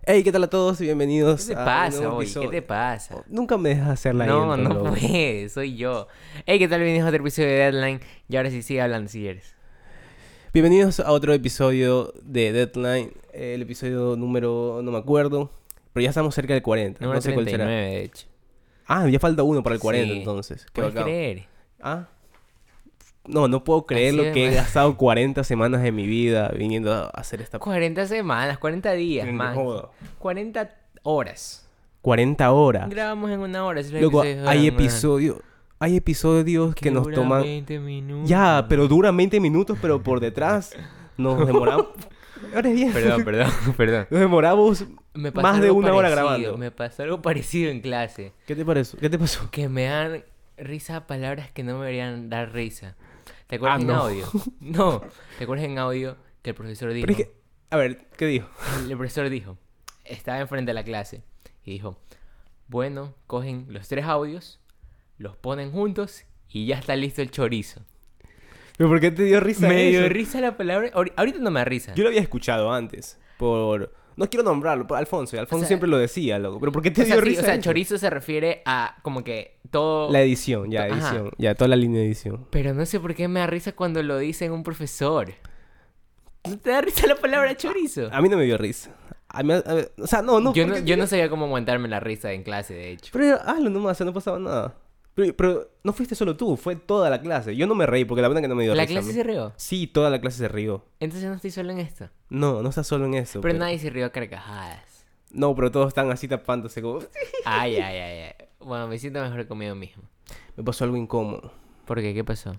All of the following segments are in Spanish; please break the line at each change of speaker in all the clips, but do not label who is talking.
Hey, ¿qué tal a todos? Y
¿Qué
bienvenidos
te
a un
pasa
nuevo
hoy? ¿Qué
episodio.
te pasa?
Nunca me dejas hacer la
No,
intro,
no
loco.
puedes, soy yo. Hey, ¿qué tal? Bienvenidos a otro episodio de Deadline. Y ahora sí sigue hablando si quieres.
Bienvenidos a otro episodio de Deadline. El episodio número, no me acuerdo, pero ya estamos cerca del 40.
Número
No sé cuál será.
39, de hecho.
Ah, ya falta uno para el 40
Sí.
entonces. Qué
¿Puedes
bacán.
creer?
Ah, no puedo creer
Así
lo
de
que he
mal.
gastado 40 semanas de mi vida viniendo a hacer esta...
40 semanas, 40 días,
No
man.
joda.
40 horas.
40 horas.
Grabamos en una hora. Si los
Luego,
episodios
hay
duran una-
episodios que nos
duran
toman...
20 minutos.
Ya, pero duran 20 minutos, pero por detrás nos demoramos... Ahora es bien.
Perdón.
Nos demoramos
Me pasó
más de
algo
una hora
parecido,
grabando.
Me pasó algo parecido en clase.
¿Qué te pareció? ¿Qué te pasó?
Que me dan risa palabras que no me deberían dar risa. ¿Te acuerdas en
no.
audio? No. ¿Te acuerdas en audio que el profesor dijo?
Pero es que... A ver, ¿qué dijo?
El profesor dijo, estaba enfrente de la clase y dijo, bueno, cogen los 3 audios, los ponen juntos y ya está listo el chorizo.
¿Pero por qué te dio risa
Me dio
eso?
risa la palabra. Ahorita no me da risa.
Yo lo había escuchado antes. Por... No quiero nombrarlo, por Alfonso. Y Alfonso
O sea,
siempre lo decía, loco. ¿Pero por qué te
O sea,
dio
sí,
risa
o sea,
eso?
chorizo se refiere a como que todo...
La edición, ya,
Ajá.
edición. Ya, toda la línea de edición.
Pero no sé por qué me da risa cuando lo dice un profesor. ¿No te da risa la palabra chorizo?
A mí no me dio risa. O sea, no.
Yo
porque-
yo no sabía cómo aguantarme la risa en clase, de hecho.
Pero hazlo nomás, o sea, no pasaba nada. Pero no fuiste solo tú, fue toda la clase. Yo no me reí porque la verdad que no me dio
¿La
risa.
clase
¿no?
se rió?
Sí, toda la clase se rió.
Entonces no estoy solo en esto.
No estás solo en eso.
Pero nadie se rió a carcajadas.
No, pero todos están así tapándose como...
Ay. Bueno, me siento mejor conmigo mismo.
Me pasó algo incómodo.
¿Por qué? ¿Qué pasó?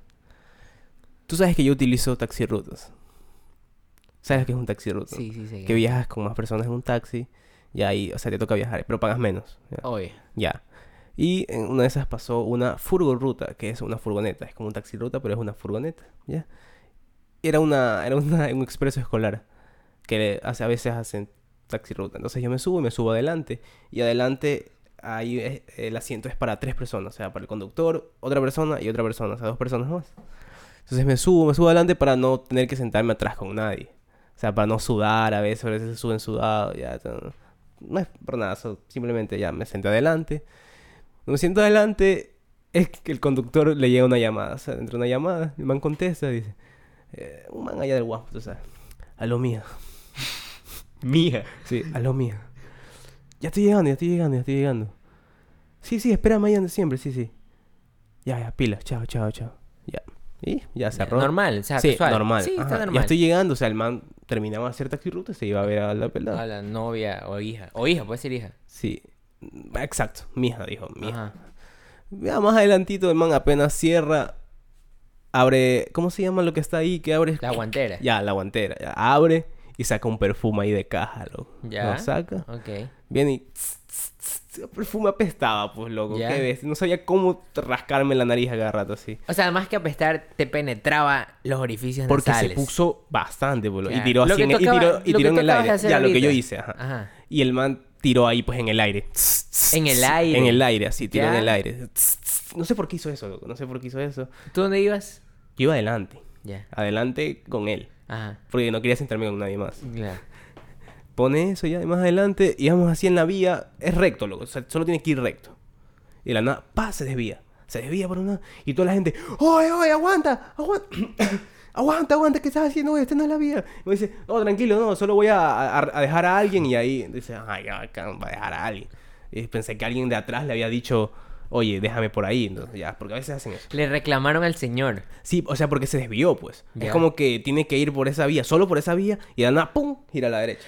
Tú sabes que yo utilizo taxirrutas. ¿Sabes qué es un taxirruta?
Sí.
Que viajas con más personas en un taxi. Y ahí, o sea, te toca viajar, pero pagas menos. Ya.
Oye.
Ya. Y en una de esas pasó una furgonruta, que es una furgoneta. Es como un taxirruta, pero es una furgoneta. ¿Ya? Era un expreso escolar. Que a veces hacen taxirruta. Entonces yo me subo adelante. Y adelante ahí el asiento es para 3 personas. O sea, para el conductor, otra persona y otra persona. O sea, 2 personas más. Entonces me subo adelante para no tener que sentarme atrás con nadie. O sea, para no sudar a veces se suben sudados. Ya, no es por nada, simplemente ya me senté adelante. Cuando me siento adelante, es que el conductor le llega una llamada. O sea, entra una llamada, el man contesta, dice... un man allá del guapo, tú sabes. Aló, mía.
Mía.
Sí, aló, mía. Ya estoy llegando. Sí, espérame ahí donde siempre, sí. Ya, pila, chao. Ya. Y ya cerró.
Normal, o sea,
Sí,
casual.
normal.
Sí, está
Ajá.
normal.
Ya estoy llegando, o sea, el man terminaba de hacer taxirruta y se iba a ver a la pelada.
A la novia o hija. O hija, puede ser hija.
Sí, exacto. Mija, dijo, mija.
Ajá.
Ya más adelantito el man apenas cierra, abre, ¿cómo se llama lo que está ahí? Que abre...
La guantera.
Ya, la guantera. Ya, abre y saca un perfume ahí de caja, loco.
Ya.
Lo saca.
Ok.
Viene y... El perfume apestaba, pues, loco.
Ya.
¿Qué ves? No sabía cómo rascarme la nariz a cada rato así.
O sea, más que apestar, te penetraba los orificios
Porque
nasales.
se puso bastante, pues,
Claro.
Y tiró
Lo
así
que
y
tocaba-
tiró
lo que
en el
tú acabas de
aire.
hacer
Ya, lo que
ahorita.
yo hice, ajá.
Ajá.
Y el man tiró ahí, pues, en el aire.
En el aire.
En el aire, así, tiró
¿Ya?
en el aire. No sé por qué hizo eso, loco. No sé por qué hizo eso.
¿Tú dónde ibas?
Yo iba adelante.
Ya.
Adelante con él.
Ajá.
Porque no quería sentarme con nadie más.
Claro.
Pone eso ya y más adelante. Y vamos así en la vía. Es recto, loco. O sea, solo tiene que ir recto. Y de la nada, se desvía. Se desvía por una... Y toda la gente... ¡Oye, aguanta! ¡Aguanta! ¿Qué estás haciendo? Esta no es la vía. Y me dice... No, tranquilo, no. Solo voy a dejar a alguien. Y ahí dice... Ay, ya, acá va a dejar a alguien. Y pensé que alguien de atrás le había dicho... Oye, déjame por ahí. Entonces, ya, porque a veces hacen eso.
Le reclamaron al señor.
Sí, o sea, porque se desvió, pues.
Ya.
Es como que tiene que ir por esa vía, solo por esa vía, y de la nada, ¡pum!, gira a la derecha.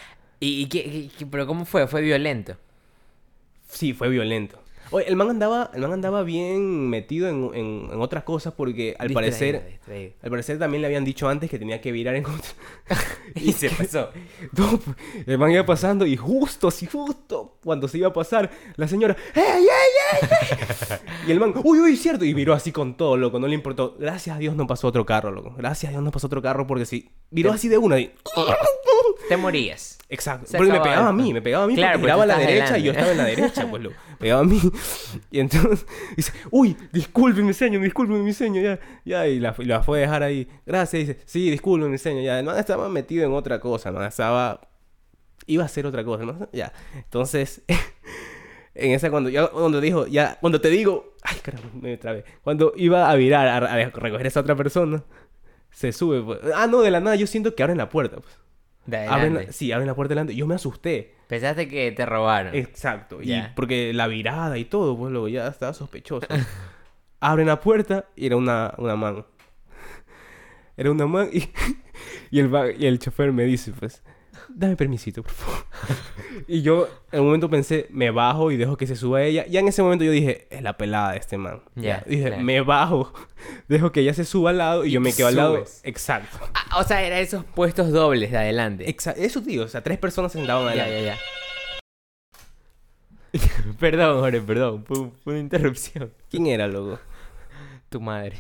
¿Pero cómo fue? ¿Fue violento?
Sí, fue violento. Oye, el man andaba bien metido en otras cosas porque
Distraído.
al parecer también le habían dicho antes que tenía que virar en contra.
Y se pasó.
No, pues, el man iba pasando y justo cuando se iba a pasar, la señora, ¡Ey! Y el man, uy, cierto, y viró así con todo, loco, no le importó. Gracias a Dios no pasó otro carro, loco. Gracias a Dios no pasó otro carro porque si viró así de una y...
Te morías.
Exacto.
Se
Porque me
acababa
pegaba a
esto.
mí,
Claro,
porque giraba a la
porque tú estás
derecha y yo
adelante.
estaba en la derecha, pues lo pegaba a mí. Y entonces dice, uy, disculpe mi señor, ya, y la fue a dejar ahí. Gracias, dice, sí, disculpe mi señor, ya. El man estaba metido en otra cosa, man, estaba iba a hacer otra cosa, ¿no? Ya. Entonces, en esa cuando dijo, ya, cuando te digo, ay, caramba, me trabé. Cuando iba a virar a recoger a esa otra persona, se sube, pues. Ah, no, de la nada yo siento que abren la puerta, pues.
De adelante.
Sí, abren la puerta delante. Yo me asusté.
Pensaste que te robaron.
Exacto. Y
Ya.
porque la virada y todo, pues luego ya estaba sospechoso. Abren la puerta y era una man. Era una man y el chofer me dice, pues, dame permisito, por favor. Y yo en un momento pensé, me bajo y dejo que se suba ella. Ya en ese momento yo dije, es la pelada de este man.
Ya,
Dije,
claro.
me bajo, dejo que ella se suba al lado y yo me quedo al lado.
subes.
Exacto.
Ah, o sea, era esos puestos dobles de adelante.
Eso tío, o sea, 3 personas se sentaban
Ya,
adelante.
ya, ya. Perdón, Jorge, perdón. Fue una interrupción.
¿Quién era, loco?
Tu madre.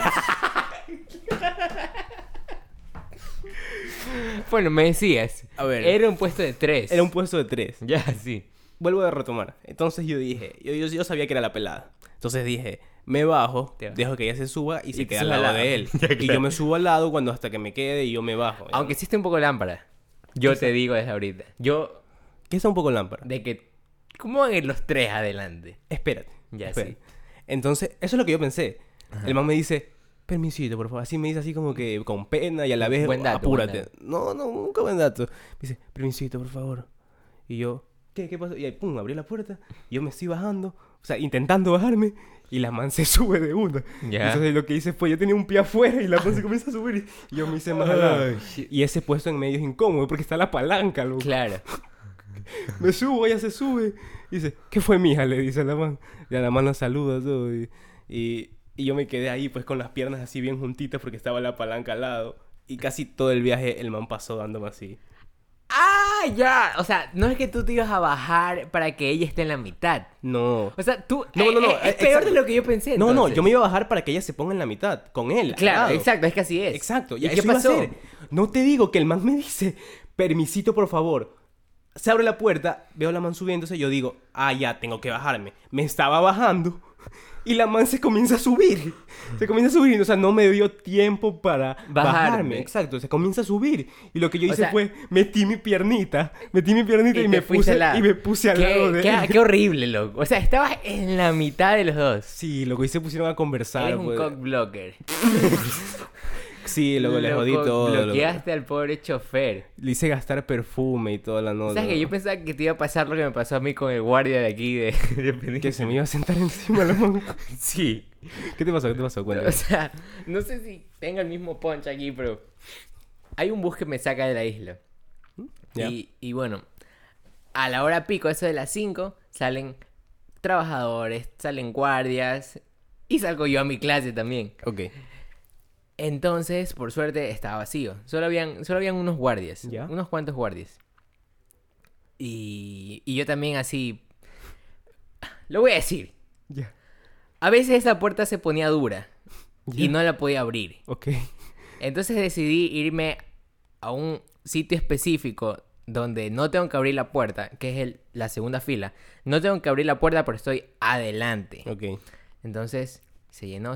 Bueno, me decías.
A ver.
Era un puesto de 3.
Era un puesto de 3.
Ya, sí.
Vuelvo a retomar. Entonces yo dije, yo sabía que era la pelada. Entonces dije, me bajo,
Te vas.
dejo que ella se suba y se
te
queda al
subes al
lado
lado.
de él.
Ya,
Y yo
claro.
me subo al lado cuando hasta que me quede y yo me bajo. ¿ya?
Aunque hiciste un poco lámpara. Yo te digo desde ahorita. Yo,
Que está un poco lámpara.
de que... ¿Cómo van a ir los 3 adelante?
Espérate.
Ya,
espérate.
sí.
Entonces, eso es lo que yo pensé.
Ajá.
El man me dice, permisito, por favor. Así me dice así como que con pena y a la vez
Buen dato,
apúrate.
buen
No, nunca buen dato. Me dice, permisito, por favor. Y yo, ¿qué pasó? Y ahí, pum, abrí la puerta. Y yo me estoy bajando. O sea, intentando bajarme. Y la man se sube de una.
Ya.
Entonces lo que hice fue, yo tenía un pie afuera y la man se comienza a subir. Y yo me hice más al lado.
Ay, shit.
Y ese puesto en medio es incómodo porque está la palanca, loco.
Claro.
Me subo, ella se sube. Y dice, ¿qué fue, mija? Le dice a la man. Y a la man la saluda todo. Y yo me quedé ahí, pues, con las piernas así bien juntitas porque estaba la palanca al lado. Y casi todo el viaje el man pasó dándome así.
¡Ah, ya! O sea, no es que tú te ibas a bajar para que ella esté en la mitad.
No.
O sea, tú...
No, no, no,
Es peor
exacto.
de lo que yo pensé,
No,
entonces.
yo me iba a bajar para que ella se ponga en la mitad, con él. al
Claro,
lado.
exacto, es que así es.
Exacto.
¿Y
Ya,
qué
eso iba a
pasó?
hacer. No te digo que el man me dice, permisito, por favor. Se abre la puerta, veo a la man subiéndose, yo digo, ah, ya, tengo que bajarme. Me estaba bajando y la man se comienza a subir. Se comienza a subir, o sea, no me dio tiempo para bajarme. Exacto, se comienza a subir. Y lo que yo
O
hice
sea,
fue, metí mi piernita y me
fuiste
puse al lado de él.
Qué horrible, loco. O sea, estabas en la mitad de los dos.
Sí, lo que hice pusieron a conversar.
Eres un
pues.
cock blocker.
Sí, luego le jodí todo.
Bloqueaste al pobre chofer.
Le hice gastar perfume y toda la nota.
¿Sabes que yo pensaba que te iba a pasar lo que me pasó a mí con el guardia de aquí de
Que se me iba a sentar encima la mano.
Sí.
¿Qué te pasó? ¿Qué te pasó? Cuéntame.
O sea, no sé si tenga el mismo punch aquí, pero hay un bus que me saca de la isla.
Ya.
Y bueno, a la hora pico, eso de las 5, salen trabajadores, salen guardias y salgo yo a mi clase también.
Ok.
Entonces, por suerte, estaba vacío. Solo habían unos guardias.
¿Ya?
Unos cuantos guardias. Y yo también así... Lo voy a decir.
Ya.
A veces esa puerta se ponía dura.
Ya.
Y no la podía abrir.
Ok.
Entonces decidí irme a un sitio específico donde no tengo que abrir la puerta, que es la segunda fila. No tengo que abrir la puerta, pero estoy adelante.
Ok.
Entonces, se llenó.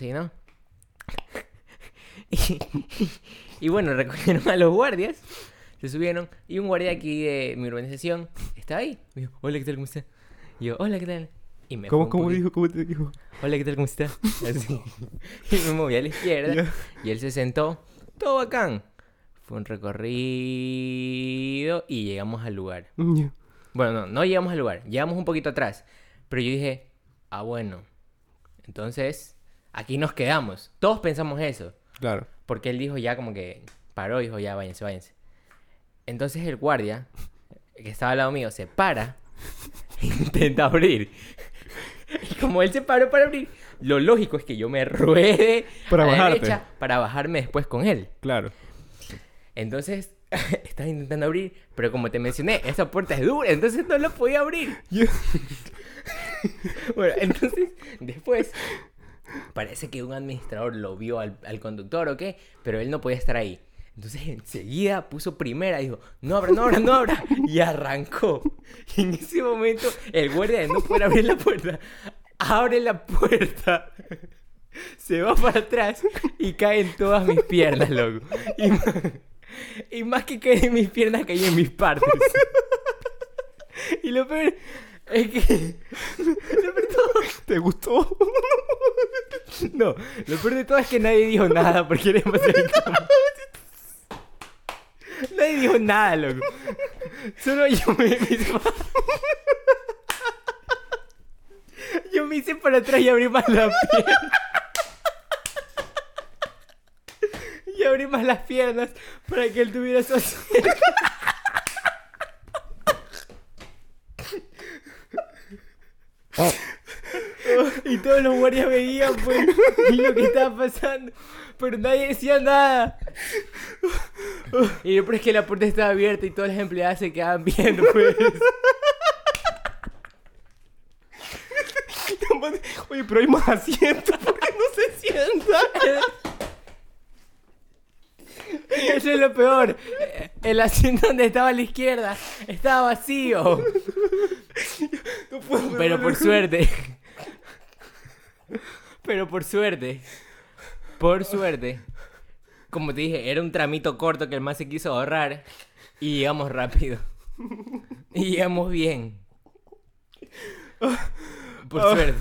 Y bueno, recogieron a los guardias, se subieron, y un guardia aquí de mi urbanización estaba ahí. Me dijo, hola, ¿qué tal? ¿Cómo está? Y yo, hola, ¿qué tal? Y me fue un
¿Cómo
poquito,
dijo? ¿Cómo te dijo?
hola, ¿qué tal? ¿Cómo está? Así. Y me moví a la izquierda,
Ya.
y él se sentó, todo bacán. Fue un recorrido y llegamos al lugar.
Ya.
Bueno, no llegamos al lugar, llegamos un poquito atrás. Pero yo dije, bueno, entonces aquí nos quedamos. Todos pensamos eso.
Claro.
Porque él dijo ya como que paró y dijo ya váyanse. Entonces el guardia, que estaba al lado mío, se para e intenta abrir. Y como él se paró para abrir, lo lógico es que yo me ruede
Para
a la
bajarte.
derecha para bajarme después con él.
Claro.
Entonces, estaba intentando abrir, pero como te mencioné, esa puerta es dura, entonces no la podía abrir.
Ya.
Bueno, entonces, después, parece que un administrador lo vio al conductor o qué, pero él no podía estar ahí. Entonces, enseguida puso primera y dijo, no abra, y arrancó. Y en ese momento, el guardia de no poder abrir la puerta, abre la puerta, se va para atrás y caen todas mis piernas, loco. Y más que caer en mis piernas, caí en mis partes. Y lo peor es que... Lo peor de todo...
¿Te gustó?
No, lo peor de todo es que nadie dijo nada porque era demasiado incómodo. Nadie dijo nada, loco. Solo yo me hice para atrás y abrí más la pierna. Y abrí más las piernas para que él tuviera su asiento. Y todos los guardias veían, pues, y lo que estaba pasando. Pero nadie decía nada. Y después que la puerta estaba abierta y todas las empleadas se quedaban viendo, pues.
Oye, pero hay más asientos. ¿Por qué no se sienta?
Eso es lo peor. El asiento donde estaba a la izquierda estaba vacío.
No puedo,
Pero por suerte. Pero por suerte. Por suerte. Como te dije, era un tramito corto que el más se quiso ahorrar. Y llegamos rápido. Y llegamos bien. Por suerte.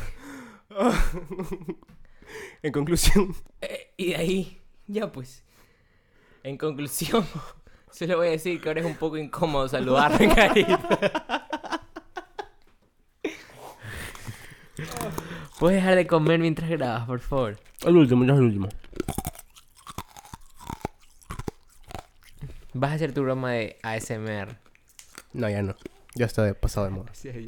En conclusión.
Y de ahí, ya pues. En conclusión, solo voy a decir que ahora es un poco incómodo saludarme, carita. ¿Puedes dejar de comer mientras grabas, por favor?
El último, ya es el último.
Vas a hacer tu broma de ASMR.
No, ya no. Ya está pasado de moda.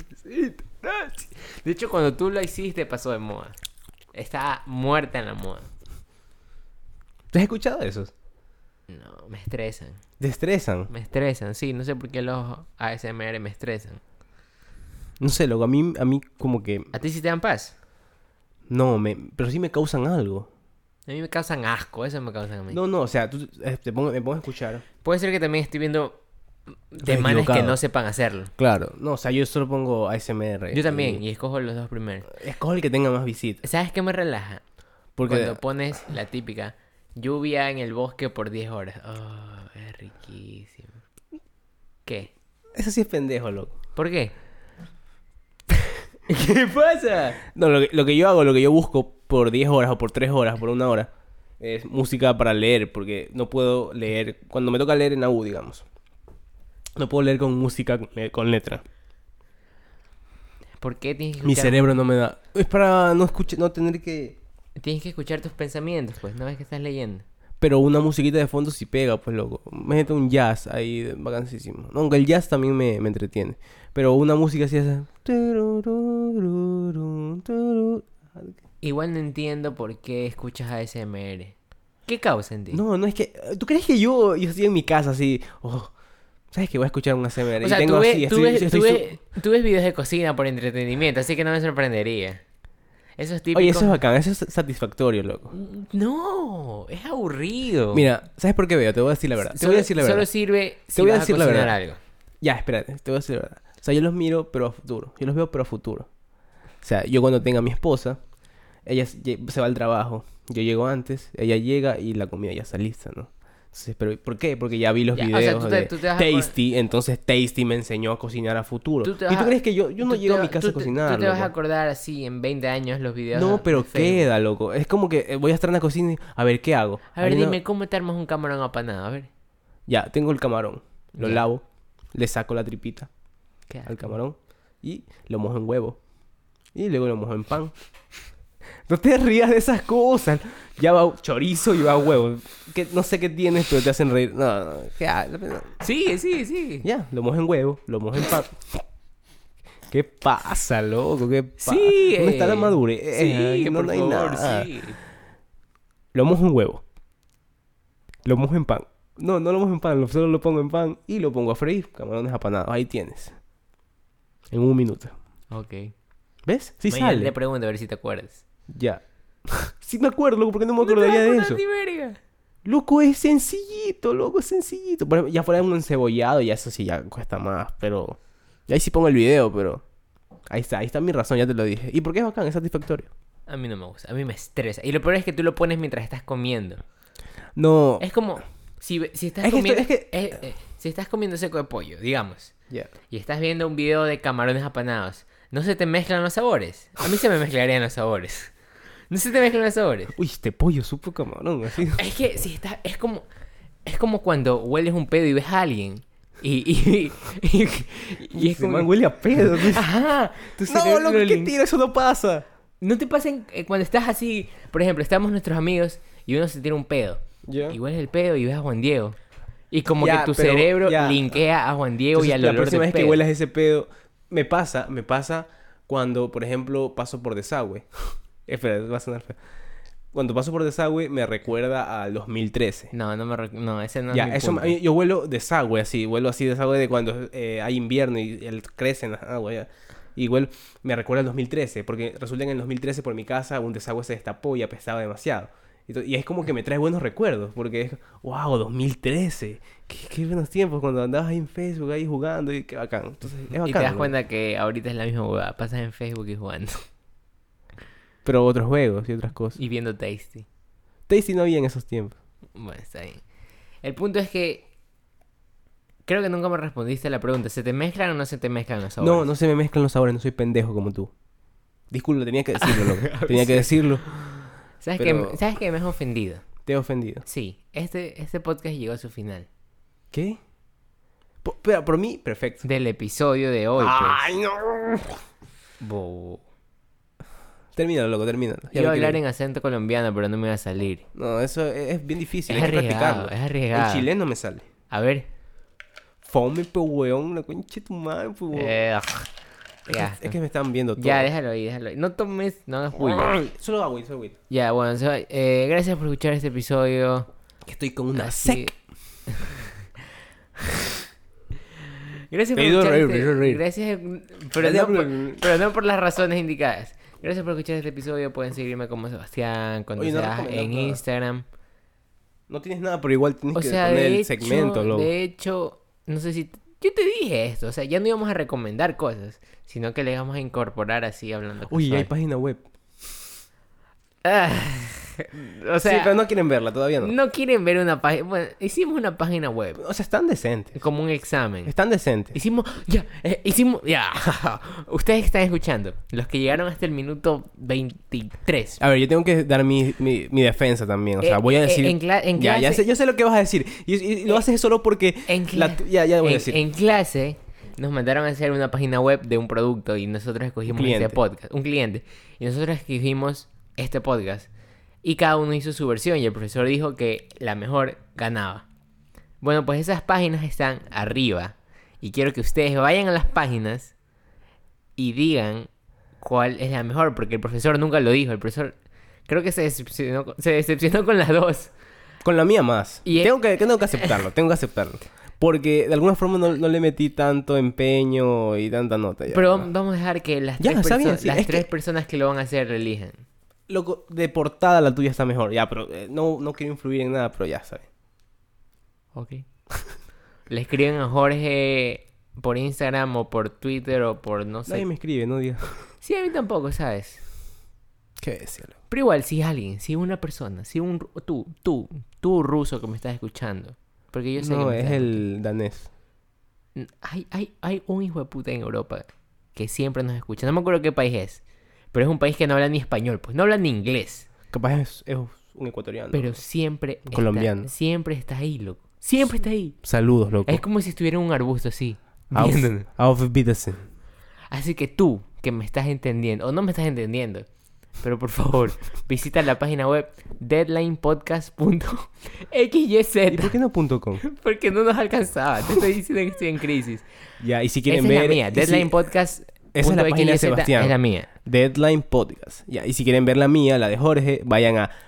De hecho, cuando tú lo hiciste, pasó de moda. Estaba muerta en la moda.
¿Te has escuchado esos?
No, me estresan.
¿Te estresan?
Me estresan, sí. No sé por qué los ASMR me estresan.
No sé, loco, a mí como que...
¿A ti sí te dan paz?
No, pero sí me causan algo.
A mí me causan asco, eso me causan a mí.
No, o sea, me pongo a escuchar.
Puede ser que también estoy viendo
Estoy
manes que
equivocado.
no sepan hacerlo.
Claro, no, o sea, yo solo pongo ASMR.
Yo también, y escojo los dos primeros.
Escojo el que tenga más visitas.
¿Sabes qué me relaja?
Porque...
Cuando pones la típica lluvia en el bosque por 10 horas. Oh, es riquísimo. ¿Qué?
Eso sí es pendejo, loco.
¿Por qué? ¿Qué pasa?
No, lo que yo hago, lo que yo busco por 10 horas o por 3 horas, por 1 hora, es música para leer, porque no puedo leer, cuando me toca leer en AU, digamos, no puedo leer con música, con letra.
¿Por qué tienes que
Mi
escuchar?
cerebro no me da. Es para no no tener que...
Tienes que escuchar tus pensamientos, pues, no ves que estás leyendo.
Pero una musiquita de fondo sí pega, pues, loco. Métete un jazz ahí, vacancísimo. No, aunque el jazz también me entretiene. Pero una música así es...
Igual no entiendo por qué escuchas ASMR. ¿Qué causa en ti?
No, no es que... ¿Tú crees que yo estoy en mi casa así... Oh, ¿sabes que voy a escuchar un ASMR?
O sea,
y tengo así...
tú ves videos de cocina por entretenimiento, así que no me sorprendería. Eso es típico.
Oye, eso es bacán, eso es satisfactorio, loco.
No, es aburrido.
Mira, ¿sabes por qué veo? Te voy a decir la verdad. Te voy a decir la verdad.
Solo sirve si
Te voy a
vas
decir
a
la
cocinar
verdad.
algo.
Ya, espérate, te voy a decir la verdad. O sea, yo los miro, pero a futuro. Yo los veo, pero a futuro. O sea, yo cuando tenga a mi esposa, ella se va al trabajo. Yo llego antes, ella llega y la comida ya está lista, ¿no? Entonces, ¿pero por qué? Porque ya vi los
Ya, o sea,
videos
tú
de
te vas a
Tasty, entonces Tasty me enseñó a cocinar a futuro.
Tú te
¿Y
vas
tú
a-
crees que yo no llego a mi casa a cocinar,
Tú te vas a
loco?
acordar así en 20 años los videos
No, pero
de Facebook.
queda, loco. Es como que voy a estar en la cocina y... A ver, ¿qué hago?
A ver,
Hay una-
dime, ¿cómo te armas un camarón apanado? A ver.
Ya, tengo el camarón. Lo
Ya.
lavo, le saco la tripita
¿Qué
al
haces?
camarón y lo mojo en huevo. Y luego lo mojo en pan. No te rías de esas cosas. Ya va chorizo y va huevo. Que no sé qué tienes, pero te hacen reír. No.
Sí.
Ya, lo mojo en huevo, lo mojo en pan. ¿Qué pasa, loco?
Sí,
¿Dónde está la madurez?
Sí,
no,
por
no hay
favor,
nada.
sí.
Lo mojo en huevo. Lo mojo en pan. No lo mojo en pan, solo lo pongo en pan y lo pongo a freír. Camarones apanados. Ahí tienes. En 1 minuto.
Ok.
¿Ves? Sí
Mañana
sale.
te pregunto a ver si te acuerdas.
Ya. Sí me acuerdo, loco, porque no me acordaría de eso.
Verga.
Loco, es sencillito, loco, es sencillito. Por ejemplo, ya fuera un encebollado, ya eso sí ya cuesta más, pero... Y ahí sí pongo el video, pero... ahí está mi razón, ya te lo dije. ¿Y por qué es bacán? Es satisfactorio.
A mí no me gusta, a mí me estresa. Y lo peor es que tú lo pones mientras estás comiendo.
No...
Es como si estás
Es que
comiendo...
esto- es que-
si estás comiendo seco de pollo, digamos,
Ya.
y estás viendo un video de camarones apanados, ¿no se te mezclan los sabores? A mí se me mezclarían los sabores. No se te mezclan los sabores.
Uy, este pollo supo camarón, así.
Es que si estás... Es como cuando hueles un pedo y ves a alguien. Y es
Ese
como...
man huele a pedo.
Ajá. Tu
No,
cerebro
loco,
lo
qué
lim-
tiro, eso no pasa.
¿No te pasa cuando estás así? Por ejemplo, estamos nuestros amigos y uno se tira un pedo.
Ya.
Y hueles el pedo y ves a Juan Diego. Y como
Ya,
que tu
pero
cerebro
ya.
linkea a Juan Diego y
Entonces,
al
la
olor
próxima
del
vez que
pedo.
huelas ese pedo, me pasa cuando, por ejemplo, paso por desagüe. Espera, va a sonar feo. Cuando paso por desagüe me recuerda al 2013.
No, ese no
Ya,
es mi
eso,
punto.
yo huelo desagüe así, huelo así desagüe de cuando hay invierno y crece en la agua, ya. Y huelo, me recuerda al 2013, porque resulta que en el 2013 por mi casa un desagüe se destapó y apestaba demasiado. Y es como que me trae buenos recuerdos, porque es, wow, 2013, qué buenos tiempos cuando andabas ahí en Facebook, ahí jugando, y qué bacán. Entonces, es bacán.
Y te das
¿no?
cuenta que ahorita es la misma huevada. Pasas en Facebook y jugando.
Pero otros juegos y otras cosas.
Y viendo Tasty.
Tasty no había en esos tiempos.
Bueno, está bien. El punto es que... Creo que nunca me respondiste a la pregunta. ¿Se te mezclan o no se te mezclan los sabores?
No, no se me mezclan los sabores, no soy pendejo como tú. Disculpa, tenía que decirlo, loco. Tenía que decirlo.
¿Sabes,
pero-
¿Sabes que me has ofendido?
Te he ofendido.
Sí. Este podcast llegó a su final.
¿Qué? Pero por mí, perfecto.
Del episodio de hoy,
¡Ay, no!
pues. Bo.
Termínalo, loco, termínalo. Ya
Iba a
me quiero
hablar
ir.
en acento colombiano, pero no me iba a salir.
No, eso es bien difícil,
Es
hay que
arriesgado,
practicarlo.
es arriesgado.
En chileno me sale.
A ver.
Fome, pe weón, la concha de tu madre, pe weón. Es que me están viendo todo.
Ya, déjalo ahí, déjalo ahí. No tomes, no hagas bulla.
Ay, solo agua, solo agüita.
Ya, bueno, gracias por escuchar este episodio.
Que estoy con una
Así-
sec.
Gracias por
Me hizo
escuchar
reír, me hizo reír.
Gracias, pero no por las razones indicadas. Gracias por escuchar este episodio. Pueden seguirme como Sebastián, cuando
Oye, no
sea
recomendamos
en
nada.
Instagram.
No tienes nada, pero igual tienes
O
que
sea,
poner
de
el
hecho,
segmento, loco.
de hecho, no sé si... Yo te dije esto, o sea, ya no íbamos a recomendar cosas, sino que le íbamos a incorporar así hablando
Uy, hay
casual.
página web.
Ah, o sea,
sí, pero no quieren verla, todavía no.
no quieren ver una página... Bueno, hicimos una página web,
O sea, están decentes.
como un examen.
Están decentes.
Hicimos, ya. Ustedes que están escuchando, los que llegaron hasta el minuto 23.
A ver, yo tengo que dar mi defensa también. O sea, voy a decir...
en
Ya,
clase,
yo sé lo que vas a decir. Y lo haces solo porque... ya voy a decir.
en clase nos mandaron a hacer una página web de un producto y nosotros escogimos
cliente.
este podcast, un cliente. Y nosotros escogimos este podcast. Y cada uno hizo su versión y el profesor dijo que la mejor ganaba. Bueno, pues esas páginas están arriba. Y quiero que ustedes vayan a las páginas y digan cuál es la mejor, porque el profesor nunca lo dijo. El profesor creo que se decepcionó con las dos.
Con la mía más.
Y
tengo que aceptarlo, tengo que aceptarlo. Porque de alguna forma no le metí tanto empeño y tanta nota. Ya.
Pero vamos a dejar que las
Ya,
tres,
está bien, sí,
las
es
tres
que-
personas que lo van a hacer elijan.
Loco, de portada la tuya está mejor. Ya, pero no quiero influir en nada, pero ya, ¿sabes?
Ok. Le escriben a Jorge por Instagram o por Twitter o por no sé.
Nadie me escribe, no diga.
Sí, a mí tampoco, ¿sabes?
¿Qué decía, loco?
Pero igual, si alguien, si una persona, si tú ruso que me estás escuchando. Porque yo sé que
No,
me
es
estás
el danés.
Hay un hijo de puta en Europa que siempre nos escucha. No me acuerdo qué país es. Pero es un país que no habla ni español, pues no habla ni inglés.
Capaz es un ecuatoriano.
Pero siempre
Un colombiano.
siempre está ahí, loco. Siempre está ahí.
Saludos, loco.
Es como si estuviera en un arbusto así.
Auf,
viéndonos.
auf Wiedersehen.
Así que tú, que me estás entendiendo, o no me estás entendiendo, pero por favor, visita la página web deadlinepodcast.xyz.
¿Y por qué no .com?
Porque no nos alcanzaba. Te estoy diciendo que estoy en crisis.
Ya, y si quieren
Esa
ver...
es la mía.
y si-
Deadline Podcast.
Esa es la página de Sebastián.
Es la mía.
Deadline Podcast. Ya, y si quieren ver la mía, la de Jorge, vayan a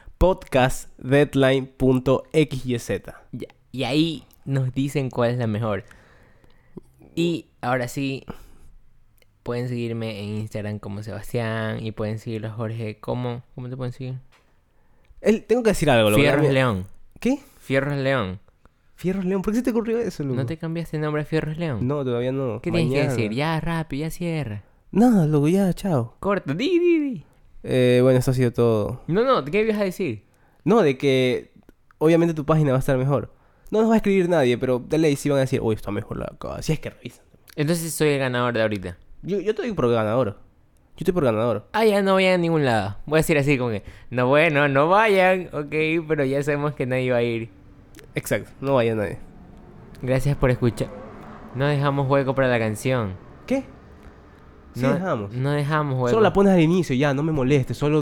podcastdeadline.xyz.
Ya, y ahí nos dicen cuál es la mejor. Y ahora sí, pueden seguirme en Instagram como Sebastián. Y pueden seguirlo a Jorge. ¿Cómo te pueden seguir?
Tengo que decir algo, loco.
Fierros León.
¿Qué?
Fierros León.
Fierros León. ¿Por qué se te ocurrió eso, loco?
¿No te cambiaste el nombre a Fierros León?
No, todavía no.
¿Qué tienes que
Mañana.
decir? Ya, rápido, ya cierra.
Nada, loco, ya, chao.
Corta, di.
Bueno, eso ha sido todo.
No, ¿qué ibas a decir?
No, de que obviamente tu página va a estar mejor. No nos va a escribir nadie, pero de ley sí van a decir, uy, está mejor la de acá. Si es que revisan.
Entonces soy el ganador de ahorita.
Yo estoy por ganador. Yo estoy por ganador.
Ah, ya no vayan a ningún lado. Voy a decir así como que, no, bueno, no vayan, ok, pero ya sabemos que nadie va a ir.
Exacto, no vaya nadie.
Gracias por escuchar. No dejamos hueco para la canción.
¿Qué? Sí
no,
dejamos.
no dejamos hueco.
Solo la pones al inicio, ya, no me molestes. Solo